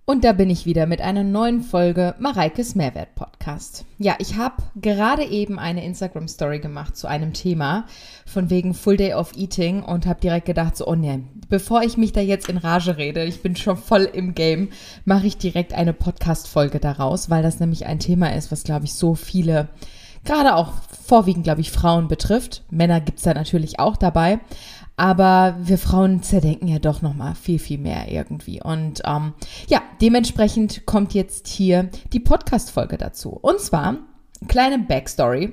Und da bin ich wieder mit einer neuen Folge Mareikes Mehrwert Podcast. Ja, ich habe gerade eben eine Instagram-Story gemacht zu einem Thema von wegen Full Day of Eating und habe direkt gedacht, so, oh nee, bevor ich mich da jetzt in Rage rede, ich bin schon voll im Game, mache ich direkt eine Podcast-Folge daraus, weil das nämlich ein Thema ist, was, glaube ich, so viele, gerade auch vorwiegend, glaube ich, Frauen betrifft. Männer gibt's da natürlich auch dabei. Aber wir Frauen zerdenken ja doch nochmal viel, viel mehr irgendwie. Und dementsprechend kommt jetzt hier die Podcast-Folge dazu. Und zwar, kleine Backstory.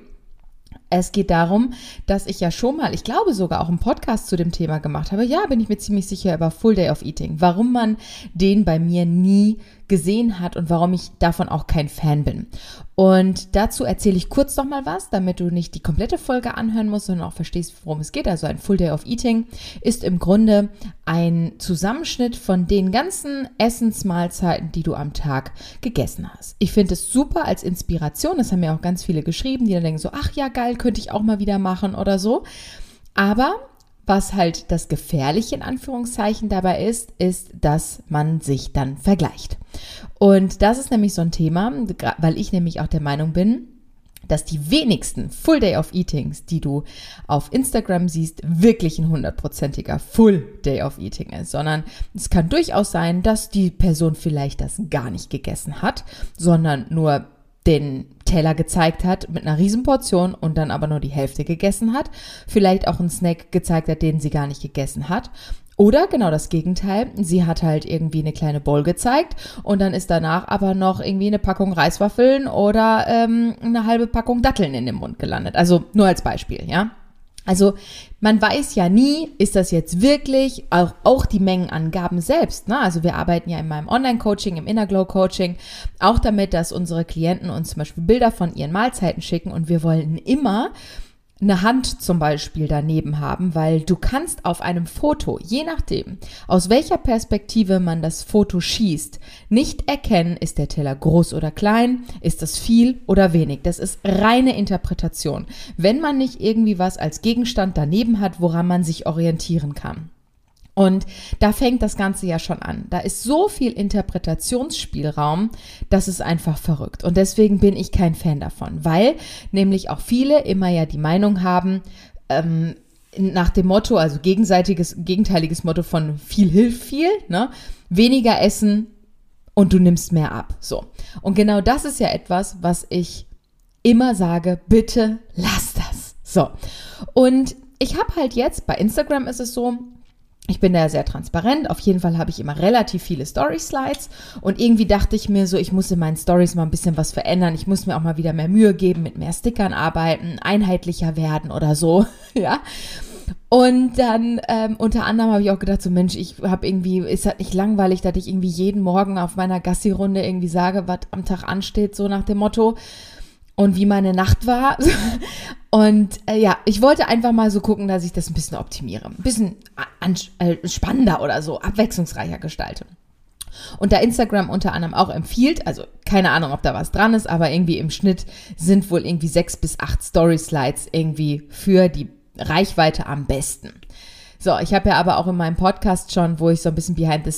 Es geht darum, dass ich ja schon mal, ich glaube sogar auch einen Podcast zu dem Thema gemacht habe. Ja, bin ich mir ziemlich sicher, über Full Day of Eating. Warum man den bei mir nie gesehen hat und warum ich davon auch kein Fan bin. Und dazu erzähle ich kurz noch mal was, damit du nicht die komplette Folge anhören musst, sondern auch verstehst, worum es geht. Also ein Full Day of Eating ist im Grunde ein Zusammenschnitt von den ganzen Essensmahlzeiten, die du am Tag gegessen hast. Ich finde es super als Inspiration. Das haben mir auch ganz viele geschrieben, die dann denken so, ach ja, geil, könnte ich auch mal wieder machen oder so. Aber was halt das Gefährliche in Anführungszeichen dabei ist, dass man sich dann vergleicht. Und das ist nämlich so ein Thema, weil ich nämlich auch der Meinung bin, dass die wenigsten Full Day of Eatings, die du auf Instagram siehst, wirklich ein 100%iger Full Day of Eating ist, sondern es kann durchaus sein, dass die Person vielleicht das gar nicht gegessen hat, sondern nur den Teller gezeigt hat mit einer Riesenportion und dann aber nur die Hälfte gegessen hat. Vielleicht auch einen Snack gezeigt hat, den sie gar nicht gegessen hat. Oder genau das Gegenteil, sie hat halt irgendwie eine kleine Bowl gezeigt und dann ist danach aber noch irgendwie eine Packung Reiswaffeln oder eine halbe Packung Datteln in den Mund gelandet. Also nur als Beispiel, ja. Also man weiß ja nie, ist das jetzt wirklich, auch die Mengenangaben selbst, ne? Also wir arbeiten ja in meinem Online-Coaching, im Inner Glow Coaching, auch damit, dass unsere Klienten uns zum Beispiel Bilder von ihren Mahlzeiten schicken und wir wollen immer eine Hand zum Beispiel daneben haben, weil du kannst auf einem Foto, je nachdem, aus welcher Perspektive man das Foto schießt, nicht erkennen, ist der Teller groß oder klein, ist das viel oder wenig. Das ist reine Interpretation, wenn man nicht irgendwie was als Gegenstand daneben hat, woran man sich orientieren kann. Und da fängt das Ganze ja schon an. Da ist so viel Interpretationsspielraum, das ist einfach verrückt. Und deswegen bin ich kein Fan davon, weil nämlich auch viele immer ja die Meinung haben, nach dem Motto, also gegenteiliges Motto von viel hilft viel, ne? Weniger essen und du nimmst mehr ab. So. Und genau das ist ja etwas, was ich immer sage, bitte lass das. So. Und ich habe halt jetzt, bei Instagram ist es so, ich bin da sehr transparent, auf jeden Fall habe ich immer relativ viele Story-Slides und irgendwie dachte ich mir so, ich muss in meinen Stories mal ein bisschen was verändern, ich muss mir auch mal wieder mehr Mühe geben, mit mehr Stickern arbeiten, einheitlicher werden oder so, ja. Und dann unter anderem habe ich auch gedacht, so Mensch, ich habe irgendwie, ist das nicht langweilig, dass ich irgendwie jeden Morgen auf meiner Gassi-Runde irgendwie sage, was am Tag ansteht, so nach dem Motto und wie meine Nacht war. Und ich wollte einfach mal so gucken, dass ich das ein bisschen optimiere, ein bisschen spannender oder so, abwechslungsreicher gestalte. Und da Instagram unter anderem auch empfiehlt, also keine Ahnung, ob da was dran ist, aber irgendwie im Schnitt sind wohl irgendwie 6 bis 8 Story-Slides irgendwie für die Reichweite am besten. So, ich habe ja aber auch in meinem Podcast schon, wo ich so ein bisschen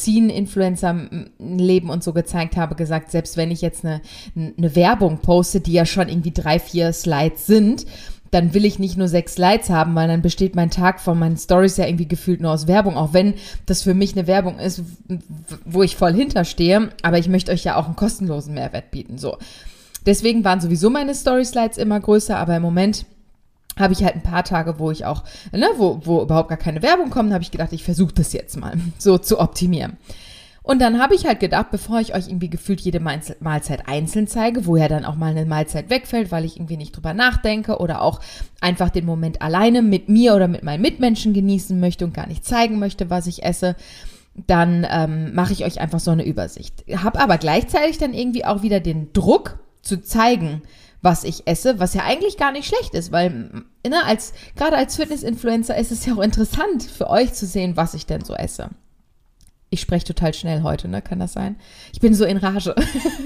Behind-the-Scene-Influencer-Leben und so gezeigt habe, gesagt, selbst wenn ich jetzt eine Werbung poste, die ja schon irgendwie 3, 4 Slides sind, dann will ich nicht nur 6 Slides haben, weil dann besteht mein Tag von meinen Stories ja irgendwie gefühlt nur aus Werbung, auch wenn das für mich eine Werbung ist, wo ich voll hinterstehe, aber ich möchte euch ja auch einen kostenlosen Mehrwert bieten, so. Deswegen waren sowieso meine Story-Slides immer größer, aber im Moment habe ich halt ein paar Tage, wo ich auch, wo überhaupt gar keine Werbung kommt, habe ich gedacht, ich versuche das jetzt mal so zu optimieren. Und dann habe ich halt gedacht, bevor ich euch irgendwie gefühlt jede Mahlzeit einzeln zeige, wo ja dann auch mal eine Mahlzeit wegfällt, weil ich irgendwie nicht drüber nachdenke oder auch einfach den Moment alleine mit mir oder mit meinen Mitmenschen genießen möchte und gar nicht zeigen möchte, was ich esse, dann mache ich euch einfach so eine Übersicht. Habe aber gleichzeitig dann irgendwie auch wieder den Druck zu zeigen, was ich esse, was ja eigentlich gar nicht schlecht ist, weil gerade als Fitness-Influencer ist es ja auch interessant für euch zu sehen, was ich denn so esse. Ich spreche total schnell heute, ne? Kann das sein? Ich bin so in Rage.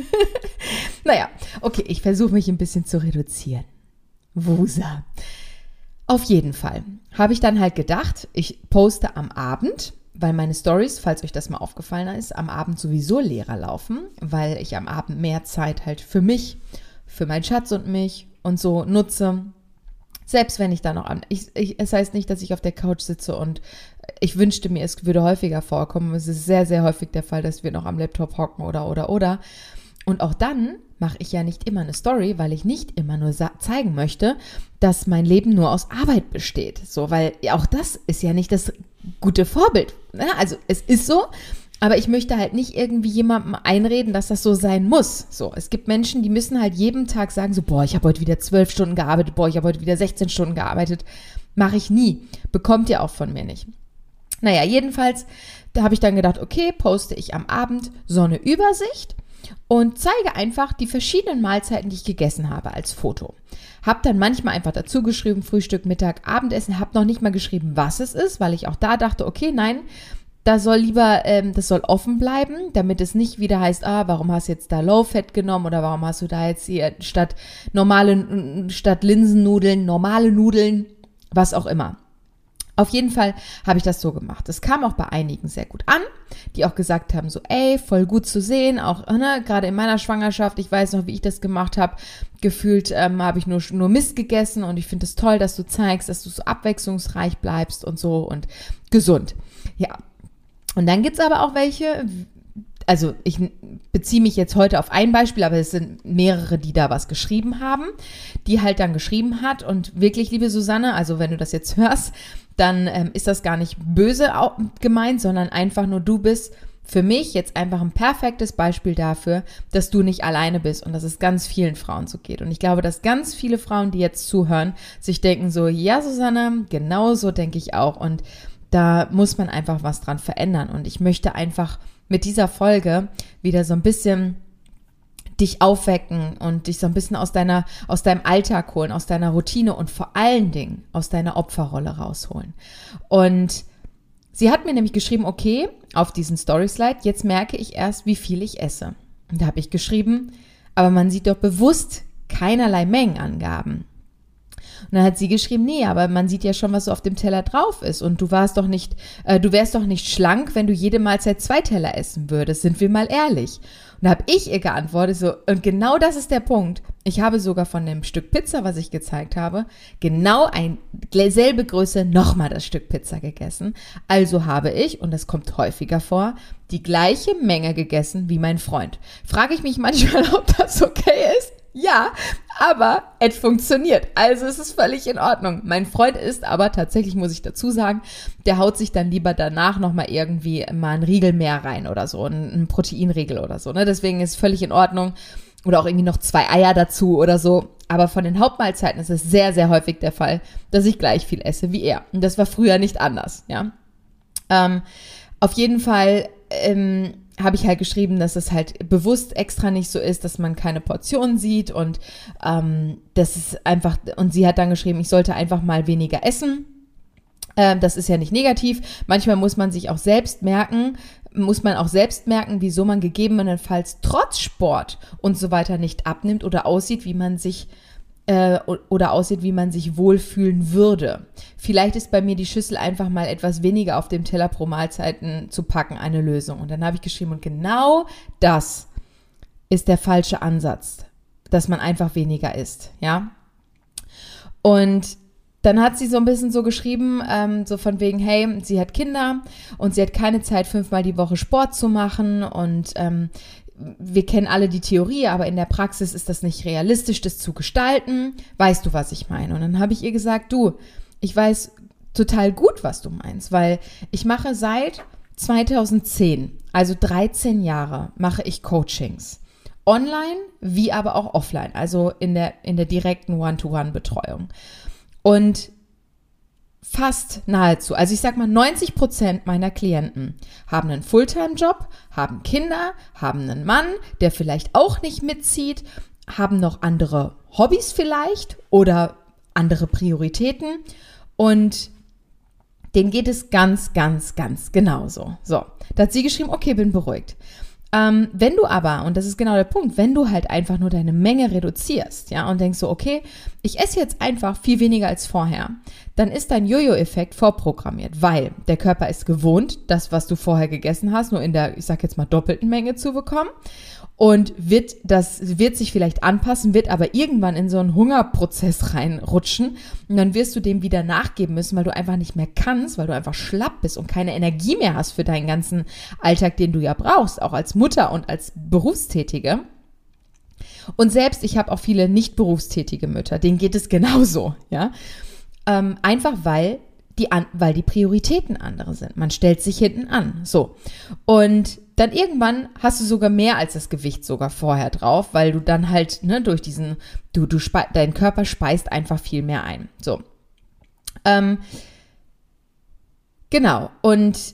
Naja, okay, ich versuche mich ein bisschen zu reduzieren. Wusa. Auf jeden Fall habe ich dann halt gedacht, ich poste am Abend, weil meine Stories, falls euch das mal aufgefallen ist, am Abend sowieso leerer laufen, weil ich am Abend mehr Zeit halt für mich, für meinen Schatz und mich und so nutze. Selbst wenn ich da noch es heißt nicht, dass ich auf der Couch sitze und ich wünschte mir, es würde häufiger vorkommen. Es ist sehr, sehr häufig der Fall, dass wir noch am Laptop hocken oder. Und auch dann mache ich ja nicht immer eine Story, weil ich nicht immer nur zeigen möchte, dass mein Leben nur aus Arbeit besteht. So, weil auch das ist ja nicht das gute Vorbild. Also es ist so, aber ich möchte halt nicht irgendwie jemandem einreden, dass das so sein muss. So, es gibt Menschen, die müssen halt jeden Tag sagen so, boah, ich habe heute wieder 12 Stunden gearbeitet, boah, ich habe heute wieder 16 Stunden gearbeitet. Mache ich nie. Bekommt ihr auch von mir nicht. Naja, jedenfalls, da habe ich dann gedacht, okay, poste ich am Abend so eine Übersicht und zeige einfach die verschiedenen Mahlzeiten, die ich gegessen habe, als Foto. Habe dann manchmal einfach dazu geschrieben, Frühstück, Mittag, Abendessen, habe noch nicht mal geschrieben, was es ist, weil ich auch da dachte, okay, nein, das soll offen bleiben, damit es nicht wieder heißt, warum hast du jetzt da Low-Fat genommen oder warum hast du da jetzt hier statt Linsennudeln, normale Nudeln, was auch immer. Auf jeden Fall habe ich das so gemacht. Es kam auch bei einigen sehr gut an, die auch gesagt haben, so voll gut zu sehen, auch gerade in meiner Schwangerschaft, ich weiß noch, wie ich das gemacht habe, gefühlt habe ich nur Mist gegessen und ich finde es toll, dass du zeigst, dass du so abwechslungsreich bleibst und so und gesund. Ja, und dann gibt es aber auch welche, also ich beziehe mich jetzt heute auf ein Beispiel, aber es sind mehrere, die da was geschrieben haben, die halt dann geschrieben hat und wirklich, liebe Susanne, also wenn du das jetzt hörst, dann ist das gar nicht böse gemeint, sondern einfach nur, du bist für mich jetzt einfach ein perfektes Beispiel dafür, dass du nicht alleine bist und dass es ganz vielen Frauen so geht. Und ich glaube, dass ganz viele Frauen, die jetzt zuhören, sich denken so, ja Susanne, genau so denke ich auch und da muss man einfach was dran verändern und ich möchte einfach mit dieser Folge wieder so ein bisschen dich aufwecken und dich so ein bisschen aus deinem Alltag holen, aus deiner Routine und vor allen Dingen aus deiner Opferrolle rausholen. Und sie hat mir nämlich geschrieben, okay, auf diesen Story-Slide, jetzt merke ich erst, wie viel ich esse. Und da habe ich geschrieben, aber man sieht doch bewusst keinerlei Mengenangaben. Und dann hat sie geschrieben, nee, aber man sieht ja schon, was so auf dem Teller drauf ist. Und du wärst doch nicht schlank, wenn du jede Mahlzeit 2 Teller essen würdest. Sind wir mal ehrlich. Und da habe ich ihr geantwortet, so, und genau das ist der Punkt. Ich habe sogar von dem Stück Pizza, was ich gezeigt habe, genau selbe Größe nochmal das Stück Pizza gegessen. Also habe ich, und das kommt häufiger vor, die gleiche Menge gegessen wie mein Freund. Frage ich mich manchmal, ob das okay ist? Ja, aber es funktioniert. Also es ist völlig in Ordnung. Mein Freund isst aber tatsächlich, muss ich dazu sagen, der haut sich dann lieber danach nochmal irgendwie mal einen Riegel mehr rein oder so, einen Proteinriegel oder so. Ne? Deswegen ist es völlig in Ordnung. Oder auch irgendwie noch 2 Eier dazu oder so. Aber von den Hauptmahlzeiten ist es sehr, sehr häufig der Fall, dass ich gleich viel esse wie er. Und das war früher nicht anders. Ja. Auf jeden Fall habe ich halt geschrieben, dass es halt bewusst extra nicht so ist, dass man keine Portionen sieht und das ist einfach, und sie hat dann geschrieben, ich sollte einfach mal weniger essen. Das ist ja nicht negativ. Manchmal muss man auch selbst merken, wieso man gegebenenfalls trotz Sport und so weiter nicht abnimmt oder aussieht, wie man sich wohlfühlen würde. Vielleicht ist bei mir die Schüssel einfach mal etwas weniger auf dem Teller pro Mahlzeiten zu packen eine Lösung. Und dann habe ich geschrieben, und genau das ist der falsche Ansatz, dass man einfach weniger isst, ja. Und dann hat sie so ein bisschen so geschrieben, so von wegen, hey, sie hat Kinder und sie hat keine Zeit, 5-mal die Woche Sport zu machen und wir kennen alle die Theorie, aber in der Praxis ist das nicht realistisch, das zu gestalten. Weißt du, was ich meine? Und dann habe ich ihr gesagt, du, ich weiß total gut, was du meinst, weil ich mache seit 2010, also 13 Jahre, mache ich Coachings. Online wie aber auch offline, also in der direkten One-to-One-Betreuung. Und fast nahezu, also ich sag mal 90% meiner Klienten haben einen Fulltime-Job, haben Kinder, haben einen Mann, der vielleicht auch nicht mitzieht, haben noch andere Hobbys vielleicht oder andere Prioritäten und denen geht es ganz, ganz, ganz genauso. So, da hat sie geschrieben, okay, bin beruhigt. Wenn du aber, und das ist genau der Punkt, wenn du halt einfach nur deine Menge reduzierst, ja, und denkst so, okay, ich esse jetzt einfach viel weniger als vorher, dann ist dein Jojo-Effekt vorprogrammiert, weil der Körper ist gewohnt, das, was du vorher gegessen hast, nur in der, ich sag jetzt mal, doppelten Menge zu bekommen. Und wird sich vielleicht anpassen, wird aber irgendwann in so einen Hungerprozess reinrutschen. Und dann wirst du dem wieder nachgeben müssen, weil du einfach nicht mehr kannst, weil du einfach schlapp bist und keine Energie mehr hast für deinen ganzen Alltag, den du ja brauchst, auch als Mutter und als Berufstätige. Und selbst, ich habe auch viele nicht berufstätige Mütter, denen geht es genauso, ja. Einfach weil die Prioritäten andere sind. Man stellt sich hinten an, so. Und dann irgendwann hast du sogar mehr als das Gewicht sogar vorher drauf, weil du dann halt, ne, durch diesen, dein Körper speist einfach viel mehr ein. So. Genau. Und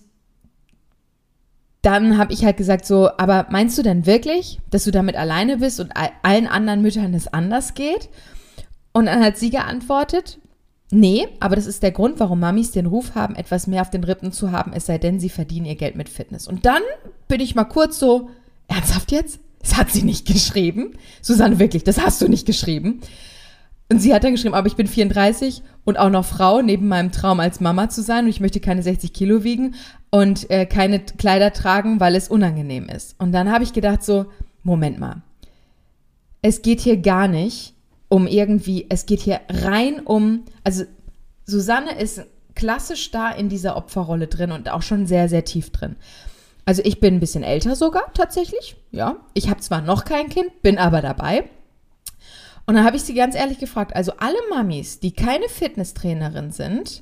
dann habe ich halt gesagt so, aber meinst du denn wirklich, dass du damit alleine bist und allen anderen Müttern es anders geht? Und dann hat sie geantwortet, nee, aber das ist der Grund, warum Mamis den Ruf haben, etwas mehr auf den Rippen zu haben, es sei denn, sie verdienen ihr Geld mit Fitness. Und dann bin ich mal kurz so, ernsthaft jetzt? Das hat sie nicht geschrieben. Susanne, wirklich, das hast du nicht geschrieben. Und sie hat dann geschrieben, aber ich bin 34 und auch noch Frau, neben meinem Traum als Mama zu sein und ich möchte keine 60 Kilo wiegen und keine Kleider tragen, weil es unangenehm ist. Und dann habe ich gedacht so, Moment mal, es geht hier gar nicht um irgendwie, es geht hier rein um, also Susanne ist klassisch da in dieser Opferrolle drin und auch schon sehr, sehr tief drin. Also ich bin ein bisschen älter sogar tatsächlich, ja. Ich habe zwar noch kein Kind, bin aber dabei. Und dann habe ich sie ganz ehrlich gefragt, also alle Mamis, die keine Fitnesstrainerin sind,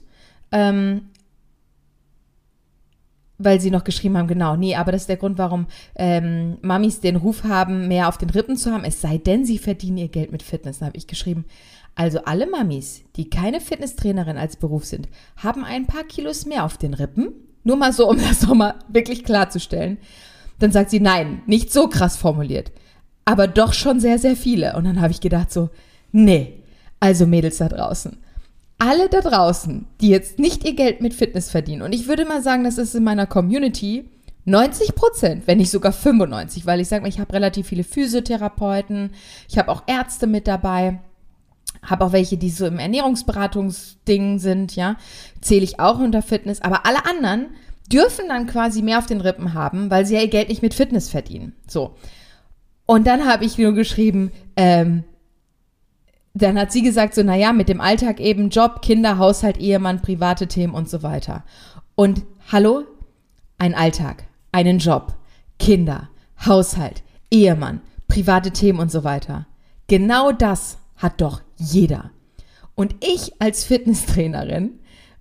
weil sie noch geschrieben haben, genau, nee, aber das ist der Grund, warum Mamis den Ruf haben, mehr auf den Rippen zu haben, es sei denn, sie verdienen ihr Geld mit Fitness. Da habe ich geschrieben, also alle Mamis, die keine Fitnesstrainerin als Beruf sind, haben ein paar Kilos mehr auf den Rippen. Nur mal so, um das nochmal wirklich klarzustellen. Dann sagt sie, nein, nicht so krass formuliert, aber doch schon sehr, sehr viele. Und dann habe ich gedacht so, nee, also Mädels da draußen, alle da draußen, die jetzt nicht ihr Geld mit Fitness verdienen, und ich würde mal sagen, das ist in meiner Community 90%, wenn nicht sogar 95%, weil ich sage mal, ich habe relativ viele Physiotherapeuten, ich habe auch Ärzte mit dabei, habe auch welche, die so im Ernährungsberatungsding sind, ja, zähle ich auch unter Fitness, aber alle anderen dürfen dann quasi mehr auf den Rippen haben, weil sie ja ihr Geld nicht mit Fitness verdienen. So. Und dann habe ich nur geschrieben, dann hat sie gesagt so, naja, mit dem Alltag eben Job, Kinder, Haushalt, Ehemann, private Themen und so weiter. Und hallo, ein Alltag, einen Job, Kinder, Haushalt, Ehemann, private Themen und so weiter. Genau das hat doch jeder. Und ich als Fitnesstrainerin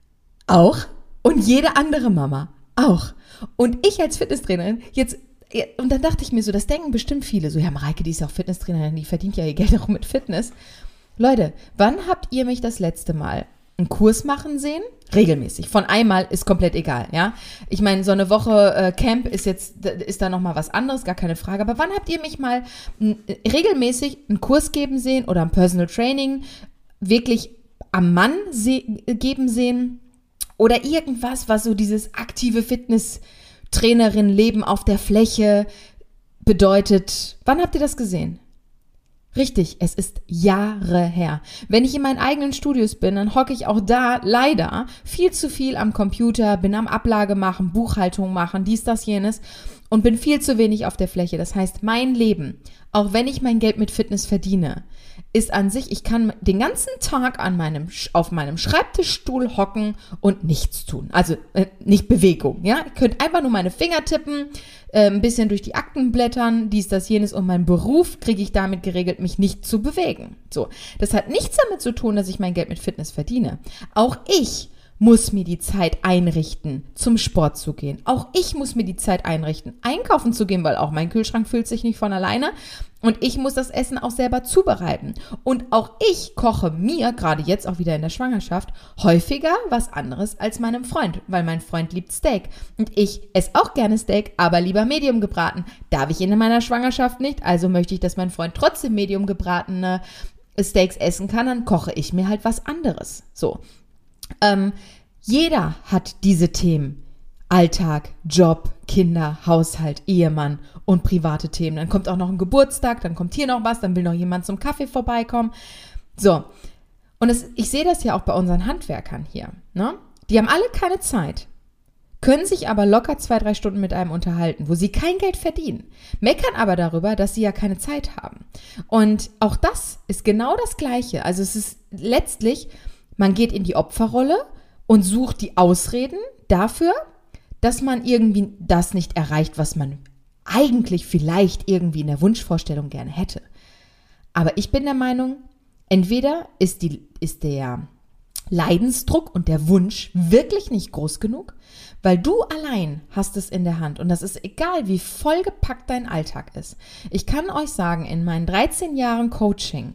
auch und jede andere Mama auch. Und ich als Fitnesstrainerin jetzt, und dann dachte ich mir so, das denken bestimmt viele, so, ja, Mareike, die ist auch Fitnesstrainerin, die verdient ja ihr Geld auch mit Fitness. Leute, wann habt ihr mich das letzte Mal einen Kurs machen sehen? Regelmäßig. Von einmal ist komplett egal, ja. Ich meine, so eine Woche Camp ist da nochmal was anderes, gar keine Frage. Aber wann habt ihr mich mal regelmäßig einen Kurs geben sehen oder ein Personal Training wirklich am Mann geben sehen? Oder irgendwas, was so dieses aktive Fitness-Trainerin-Leben auf der Fläche bedeutet. Wann habt ihr das gesehen? Richtig, es ist Jahre her. Wenn ich in meinen eigenen Studios bin, dann hocke ich auch da leider viel zu viel am Computer, bin am Ablage machen, Buchhaltung machen, dies, das, jenes und bin viel zu wenig auf der Fläche. Das heißt, mein Leben, auch wenn ich mein Geld mit Fitness verdiene, ist an sich, ich kann den ganzen Tag auf meinem Schreibtischstuhl hocken und nichts tun. Also nicht Bewegung, ja. Ihr könnt einfach nur meine Finger tippen, ein bisschen durch die Akten blättern, dies, das, jenes, und meinen Beruf kriege ich damit geregelt, mich nicht zu bewegen. So, das hat nichts damit zu tun, dass ich mein Geld mit Fitness verdiene. Auch ich muss mir die Zeit einrichten, zum Sport zu gehen. Auch ich muss mir die Zeit einrichten, einkaufen zu gehen, weil auch mein Kühlschrank füllt sich nicht von alleine. Und ich muss das Essen auch selber zubereiten. Und auch ich koche mir, gerade jetzt auch wieder in der Schwangerschaft, häufiger was anderes als meinem Freund, weil mein Freund liebt Steak. Und ich esse auch gerne Steak, aber lieber medium gebraten. Darf ich in meiner Schwangerschaft nicht, also möchte ich, dass mein Freund trotzdem medium gebratene Steaks essen kann, dann koche ich mir halt was anderes. So. Jeder hat diese Themen. Alltag, Job, Kinder, Haushalt, Ehemann und private Themen. Dann kommt auch noch ein Geburtstag, dann kommt hier noch was, dann will noch jemand zum Kaffee vorbeikommen. So, und ich sehe das ja auch bei unseren Handwerkern hier. Ne? Die haben alle keine Zeit, können sich aber locker 2-3 Stunden mit einem unterhalten, wo sie kein Geld verdienen, meckern aber darüber, dass sie ja keine Zeit haben. Und auch das ist genau das Gleiche. Also es ist letztlich, man geht in die Opferrolle und sucht die Ausreden dafür, dass man irgendwie das nicht erreicht, was man eigentlich vielleicht irgendwie in der Wunschvorstellung gerne hätte. Aber ich bin der Meinung, entweder ist der Leidensdruck und der Wunsch wirklich nicht groß genug, weil du allein hast es in der Hand und das ist egal, wie vollgepackt dein Alltag ist. Ich kann euch sagen, in meinen 13 Jahren Coaching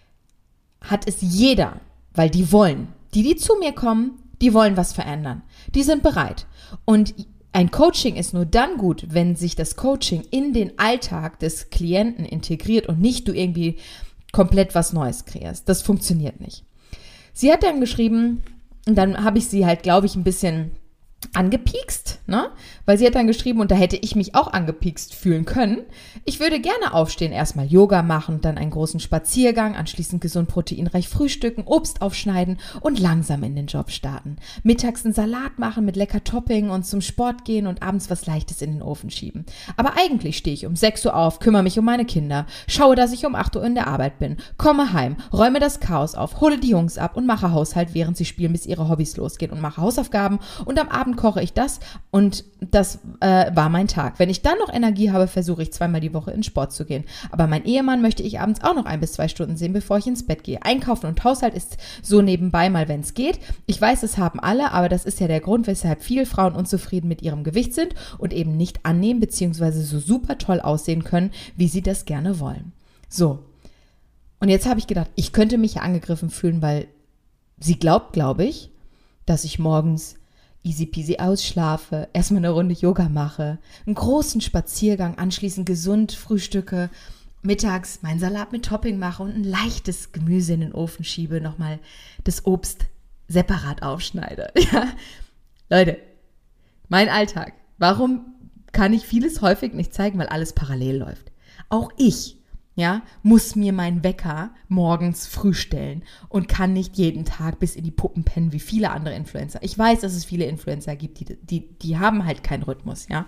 hat es jeder, weil die wollen, die zu mir kommen, die wollen was verändern. Die sind bereit. Und ein Coaching ist nur dann gut, wenn sich das Coaching in den Alltag des Klienten integriert und nicht du irgendwie komplett was Neues kreierst. Das funktioniert nicht. Sie hat dann geschrieben, und dann habe ich sie halt, glaube ich, ein bisschen angepiekst, ne? Weil sie hat dann geschrieben, und da hätte ich mich auch angepiekst fühlen können, ich würde gerne aufstehen, erstmal Yoga machen, dann einen großen Spaziergang, anschließend gesund proteinreich frühstücken, Obst aufschneiden und langsam in den Job starten. Mittags einen Salat machen mit lecker Topping und zum Sport gehen und abends was Leichtes in den Ofen schieben. Aber eigentlich stehe ich um 6 Uhr auf, kümmere mich um meine Kinder, schaue, dass ich um 8 Uhr in der Arbeit bin, komme heim, räume das Chaos auf, hole die Jungs ab und mache Haushalt, während sie spielen, bis ihre Hobbys losgehen und mache Hausaufgaben und am Abend koche ich das und das war mein Tag. Wenn ich dann noch Energie habe, versuche ich 2-mal die Woche in Sport zu gehen. Aber mein Ehemann möchte ich abends auch noch 1 bis 2 Stunden sehen, bevor ich ins Bett gehe. Einkaufen und Haushalt ist so nebenbei mal, wenn es geht. Ich weiß, es haben alle, aber das ist ja der Grund, weshalb viele Frauen unzufrieden mit ihrem Gewicht sind und eben nicht annehmen bzw. so super toll aussehen können, wie sie das gerne wollen. So. Und jetzt habe ich gedacht, ich könnte mich ja angegriffen fühlen, weil sie glaubt, glaube ich, dass ich morgens easy peasy ausschlafe, erstmal eine Runde Yoga mache, einen großen Spaziergang, anschließend gesund frühstücke, mittags meinen Salat mit Topping mache und ein leichtes Gemüse in den Ofen schiebe, nochmal das Obst separat aufschneide. Ja. Leute, mein Alltag. Warum kann ich vieles häufig nicht zeigen, weil alles parallel läuft? Auch ich, ja, muss mir meinen Wecker morgens früh stellen und kann nicht jeden Tag bis in die Puppen pennen wie viele andere Influencer. Ich weiß, dass es viele Influencer gibt, die haben halt keinen Rhythmus, ja.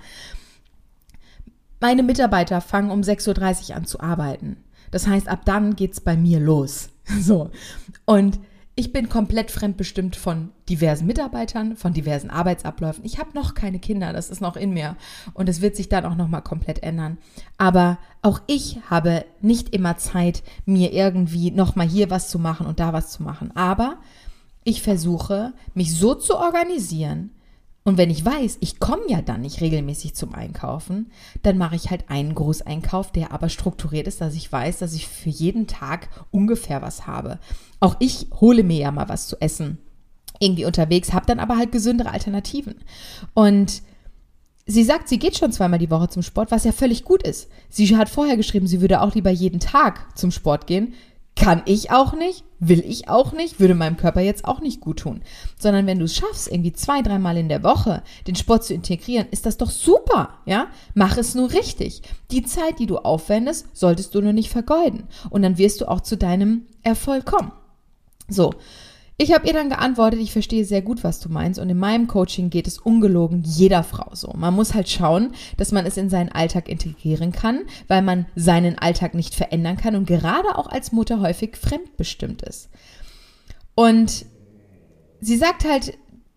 Meine Mitarbeiter fangen um 6:30 Uhr an zu arbeiten. Das heißt, ab dann geht's bei mir los. So. Und ich bin komplett fremdbestimmt von diversen Mitarbeitern, von diversen Arbeitsabläufen. Ich habe noch keine Kinder, das ist noch in mir und es wird sich dann auch nochmal komplett ändern. Aber auch ich habe nicht immer Zeit, mir irgendwie nochmal hier was zu machen und da was zu machen. Aber ich versuche, mich so zu organisieren, und wenn ich weiß, ich komme ja dann nicht regelmäßig zum Einkaufen, dann mache ich halt einen Großeinkauf, der aber strukturiert ist, dass ich weiß, dass ich für jeden Tag ungefähr was habe. Auch ich hole mir ja mal was zu essen irgendwie unterwegs, habe dann aber halt gesündere Alternativen. Und sie sagt, sie geht schon 2-mal die Woche zum Sport, was ja völlig gut ist. Sie hat vorher geschrieben, sie würde auch lieber jeden Tag zum Sport gehen. Kann ich auch nicht, will ich auch nicht, würde meinem Körper jetzt auch nicht gut tun. Sondern wenn du es schaffst, irgendwie 2-3 Mal in der Woche den Sport zu integrieren, ist das doch super, ja? Mach es nur richtig. Die Zeit, die du aufwendest, solltest du nur nicht vergeuden. Und dann wirst du auch zu deinem Erfolg kommen. So. Ich habe ihr dann geantwortet, ich verstehe sehr gut, was du meinst und in meinem Coaching geht es ungelogen jeder Frau so. Man muss halt schauen, dass man es in seinen Alltag integrieren kann, weil man seinen Alltag nicht verändern kann und gerade auch als Mutter häufig fremdbestimmt ist. Und sie sagt halt,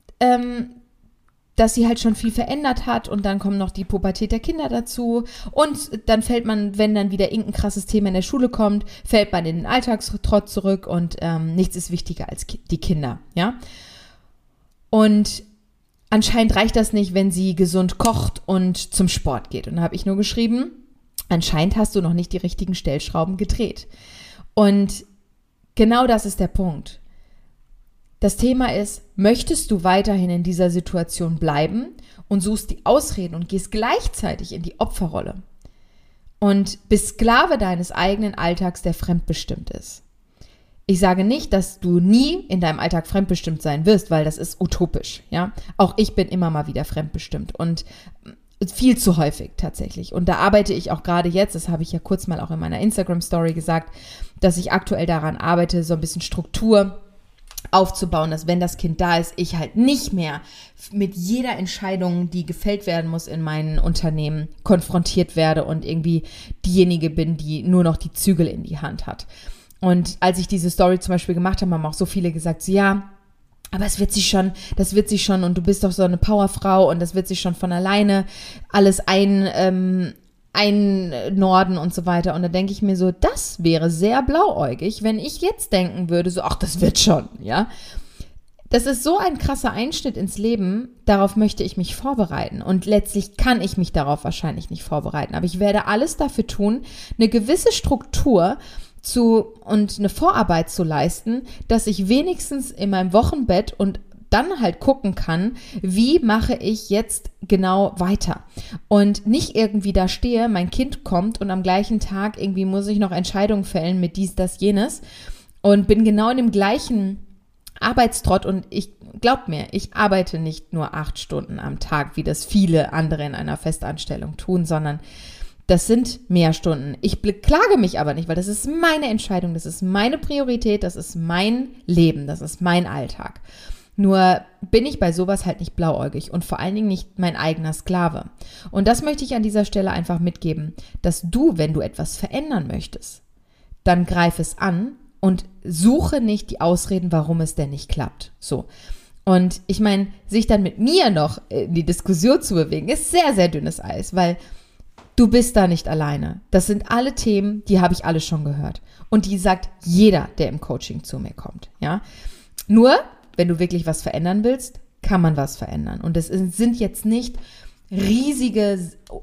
dass sie halt schon viel verändert hat und dann kommt noch die Pubertät der Kinder dazu und dann fällt man, wenn dann wieder irgendein krasses Thema in der Schule kommt, fällt man in den Alltagstrott zurück und nichts ist wichtiger als die Kinder, ja. Und anscheinend reicht das nicht, wenn sie gesund kocht und zum Sport geht. Und da habe ich nur geschrieben, anscheinend hast du noch nicht die richtigen Stellschrauben gedreht. Und genau das ist der Punkt. Das Thema ist, möchtest du weiterhin in dieser Situation bleiben und suchst die Ausreden und gehst gleichzeitig in die Opferrolle und bist Sklave deines eigenen Alltags, der fremdbestimmt ist? Ich sage nicht, dass du nie in deinem Alltag fremdbestimmt sein wirst, weil das ist utopisch, ja. Auch ich bin immer mal wieder fremdbestimmt und viel zu häufig tatsächlich. Und da arbeite ich auch gerade jetzt, das habe ich ja kurz mal auch in meiner Instagram-Story gesagt, dass ich aktuell daran arbeite, so ein bisschen Struktur aufzubauen, dass wenn das Kind da ist, ich halt nicht mehr mit jeder Entscheidung, die gefällt werden muss in meinen Unternehmen, konfrontiert werde und irgendwie diejenige bin, die nur noch die Zügel in die Hand hat. Und als ich diese Story zum Beispiel gemacht habe, haben auch so viele gesagt, so, ja, aber das wird sich schon und du bist doch so eine Powerfrau und das wird sich schon von alleine alles einnorden und so weiter. Und da denke ich mir so, das wäre sehr blauäugig, wenn ich jetzt denken würde, so, ach, das wird schon, ja. Das ist so ein krasser Einschnitt ins Leben, darauf möchte ich mich vorbereiten. Und letztlich kann ich mich darauf wahrscheinlich nicht vorbereiten. Aber ich werde alles dafür tun, eine gewisse Struktur und eine Vorarbeit zu leisten, dass ich wenigstens in meinem Wochenbett und dann halt gucken kann, wie mache ich jetzt genau weiter und nicht irgendwie da stehe, mein Kind kommt und am gleichen Tag irgendwie muss ich noch Entscheidungen fällen mit dies, das, jenes und bin genau in dem gleichen Arbeitstrott und glaubt mir, ich arbeite nicht nur 8 Stunden am Tag, wie das viele andere in einer Festanstellung tun, sondern das sind mehr Stunden. Ich beklage mich aber nicht, weil das ist meine Entscheidung, das ist meine Priorität, das ist mein Leben, das ist mein Alltag. Nur bin ich bei sowas halt nicht blauäugig und vor allen Dingen nicht mein eigener Sklave. Und das möchte ich an dieser Stelle einfach mitgeben, dass du, wenn du etwas verändern möchtest, dann greif es an und suche nicht die Ausreden, warum es denn nicht klappt. So. Und ich meine, sich dann mit mir noch in die Diskussion zu bewegen, ist sehr, sehr dünnes Eis, weil du bist da nicht alleine. Das sind alle Themen, die habe ich alle schon gehört. Und die sagt jeder, der im Coaching zu mir kommt. Ja? Nur, wenn du wirklich was verändern willst, kann man was verändern. Und es sind jetzt nicht riesige,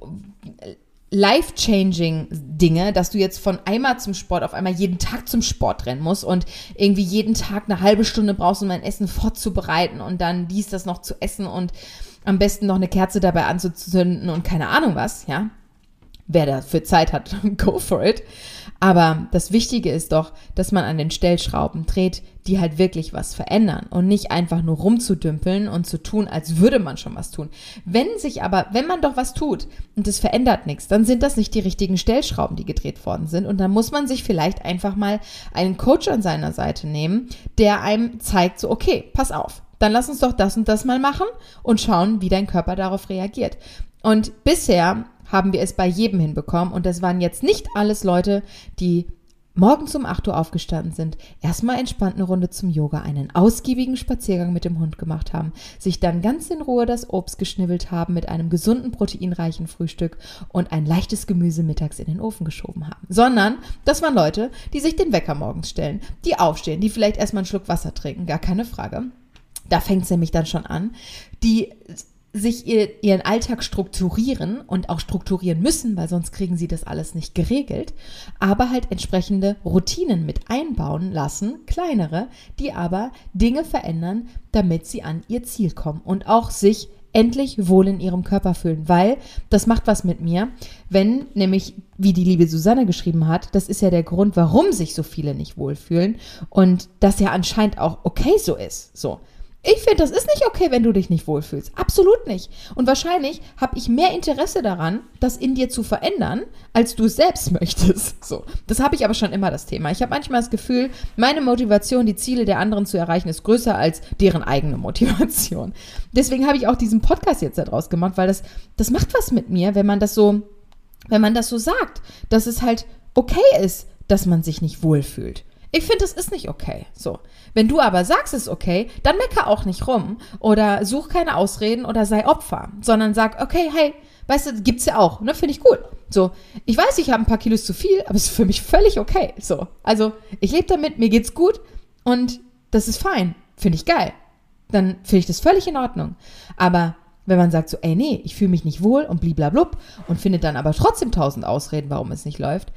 life-changing Dinge, dass du jetzt von einmal zum Sport auf einmal jeden Tag zum Sport rennen musst und irgendwie jeden Tag eine halbe Stunde brauchst, um dein Essen vorzubereiten und dann das noch zu essen und am besten noch eine Kerze dabei anzuzünden und keine Ahnung was, ja. Wer dafür Zeit hat, go for it. Aber das Wichtige ist doch, dass man an den Stellschrauben dreht, die halt wirklich was verändern und nicht einfach nur rumzudümpeln und zu tun, als würde man schon was tun. Wenn man doch was tut und es verändert nichts, dann sind das nicht die richtigen Stellschrauben, die gedreht worden sind. Und dann muss man sich vielleicht einfach mal einen Coach an seiner Seite nehmen, der einem zeigt, so, okay, pass auf, dann lass uns doch das und das mal machen und schauen, wie dein Körper darauf reagiert. Und bisher haben wir es bei jedem hinbekommen und das waren jetzt nicht alles Leute, die morgens um 8 Uhr aufgestanden sind, erstmal entspannt eine Runde zum Yoga, einen ausgiebigen Spaziergang mit dem Hund gemacht haben, sich dann ganz in Ruhe das Obst geschnibbelt haben mit einem gesunden, proteinreichen Frühstück und ein leichtes Gemüse mittags in den Ofen geschoben haben. Sondern das waren Leute, die sich den Wecker morgens stellen, die aufstehen, die vielleicht erstmal einen Schluck Wasser trinken, gar keine Frage. Da fängt es nämlich dann schon an, die sich ihren Alltag strukturieren und auch strukturieren müssen, weil sonst kriegen sie das alles nicht geregelt, aber halt entsprechende Routinen mit einbauen lassen, kleinere, die aber Dinge verändern, damit sie an ihr Ziel kommen und auch sich endlich wohl in ihrem Körper fühlen, weil das macht was mit mir, wenn nämlich, wie die liebe Susanne geschrieben hat, das ist ja der Grund, warum sich so viele nicht wohlfühlen und das ja anscheinend auch okay so ist, so. Ich finde, das ist nicht okay, wenn du dich nicht wohlfühlst. Absolut nicht. Und wahrscheinlich habe ich mehr Interesse daran, das in dir zu verändern, als du es selbst möchtest. So. Das habe ich aber schon immer, das Thema. Ich habe manchmal das Gefühl, meine Motivation, die Ziele der anderen zu erreichen, ist größer als deren eigene Motivation. Deswegen habe ich auch diesen Podcast jetzt daraus gemacht, weil das macht was mit mir, wenn man das so sagt, dass es halt okay ist, dass man sich nicht wohlfühlt. Ich finde, das ist nicht okay. So. Wenn du aber sagst, es ist okay, dann mecker auch nicht rum oder such keine Ausreden oder sei Opfer, sondern sag, okay, hey, weißt du, gibt's ja auch, ne, finde ich cool. So, ich weiß, ich habe ein paar Kilos zu viel, aber es ist für mich völlig okay. So, also ich lebe damit, mir geht's gut und das ist fein, finde ich geil. Dann finde ich das völlig in Ordnung. Aber wenn man sagt so, ey, nee, ich fühle mich nicht wohl und bliblablub und findet dann aber trotzdem 1000 Ausreden, warum es nicht läuft,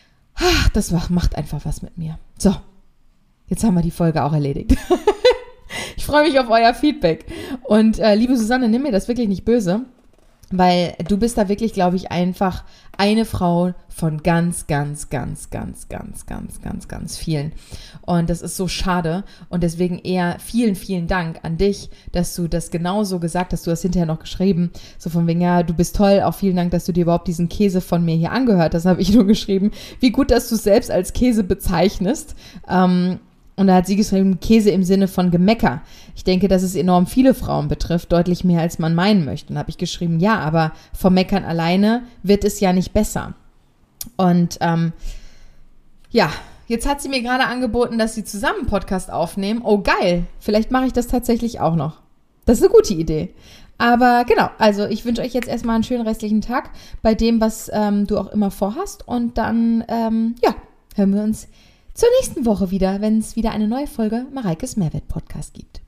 das macht einfach was mit mir. So, jetzt haben wir die Folge auch erledigt. Ich freue mich auf euer Feedback. Und liebe Susanne, nimm mir das wirklich nicht böse. Weil du bist da wirklich, glaube ich, einfach eine Frau von ganz, ganz, ganz, ganz, ganz, ganz, ganz, ganz vielen. Und das ist so schade. Und deswegen eher vielen, vielen Dank an dich, dass du das genauso gesagt hast. Du hast hinterher noch geschrieben, so von wegen, ja, du bist toll. Auch vielen Dank, dass du dir überhaupt diesen Käse von mir hier angehört hast. Das habe ich nur geschrieben. Wie gut, dass du es selbst als Käse bezeichnest. Und da hat sie geschrieben, Käse im Sinne von Gemecker. Ich denke, dass es enorm viele Frauen betrifft, deutlich mehr, als man meinen möchte. Und da habe ich geschrieben, ja, aber vom Meckern alleine wird es ja nicht besser. Und ja, jetzt hat sie mir gerade angeboten, dass sie zusammen einen Podcast aufnehmen. Oh, geil. Vielleicht mache ich das tatsächlich auch noch. Das ist eine gute Idee. Aber genau, also ich wünsche euch jetzt erstmal einen schönen restlichen Tag bei dem, was du auch immer vorhast. Und dann, ja, hören wir uns zur nächsten Woche wieder, wenn es wieder eine neue Folge Mareikes Mehrwert Podcast gibt.